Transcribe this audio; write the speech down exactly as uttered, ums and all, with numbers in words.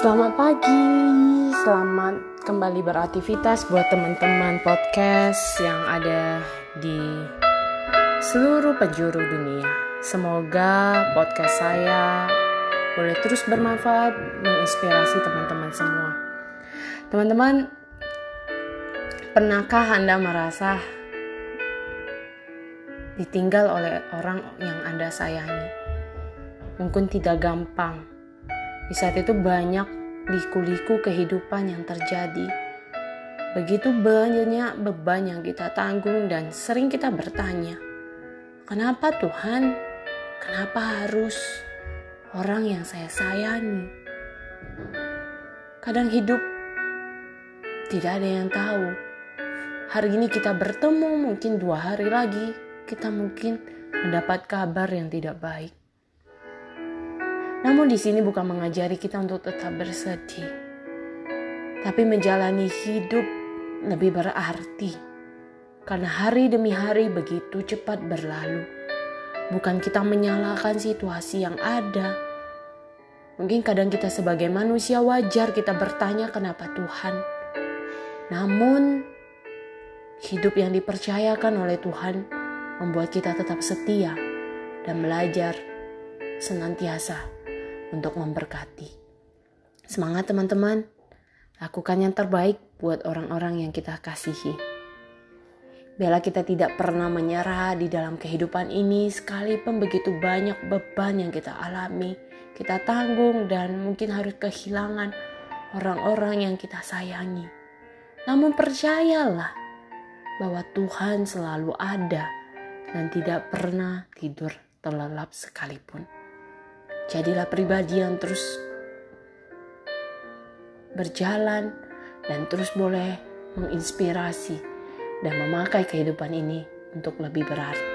Selamat pagi, selamat kembali beraktivitas buat teman-teman podcast yang ada di seluruh penjuru dunia. Semoga podcast saya boleh terus bermanfaat, menginspirasi teman-teman semua. Teman-teman, pernahkah Anda merasa ditinggal oleh orang yang Anda sayangi? Mungkin tidak gampang. Di saat itu banyak liku-liku kehidupan yang terjadi. Begitu banyak beban yang kita tanggung dan sering kita bertanya, kenapa Tuhan? Kenapa harus orang yang saya sayangi? Kadang hidup tidak ada yang tahu. Hari ini kita bertemu, mungkin dua hari lagi kita mungkin mendapat kabar yang tidak baik. Namun di sini bukan mengajari kita untuk tetap bersedih, tapi menjalani hidup lebih berarti. Karena hari demi hari begitu cepat berlalu. Bukan kita menyalahkan situasi yang ada. Mungkin kadang kita sebagai manusia wajar kita bertanya kenapa Tuhan. Namun hidup yang dipercayakan oleh Tuhan membuat kita tetap setia dan belajar senantiasa untuk memberkati. Semangat teman-teman, lakukan yang terbaik buat orang-orang yang kita kasihi. Biarlah kita tidak pernah menyerah di dalam kehidupan ini, sekalipun begitu banyak beban yang kita alami, kita tanggung dan mungkin harus kehilangan orang-orang yang kita sayangi. Namun percayalah bahwa Tuhan selalu ada dan tidak pernah tidur terlelap sekalipun. Jadilah pribadi yang terus berjalan dan terus boleh menginspirasi dan memakai kehidupan ini untuk lebih berarti.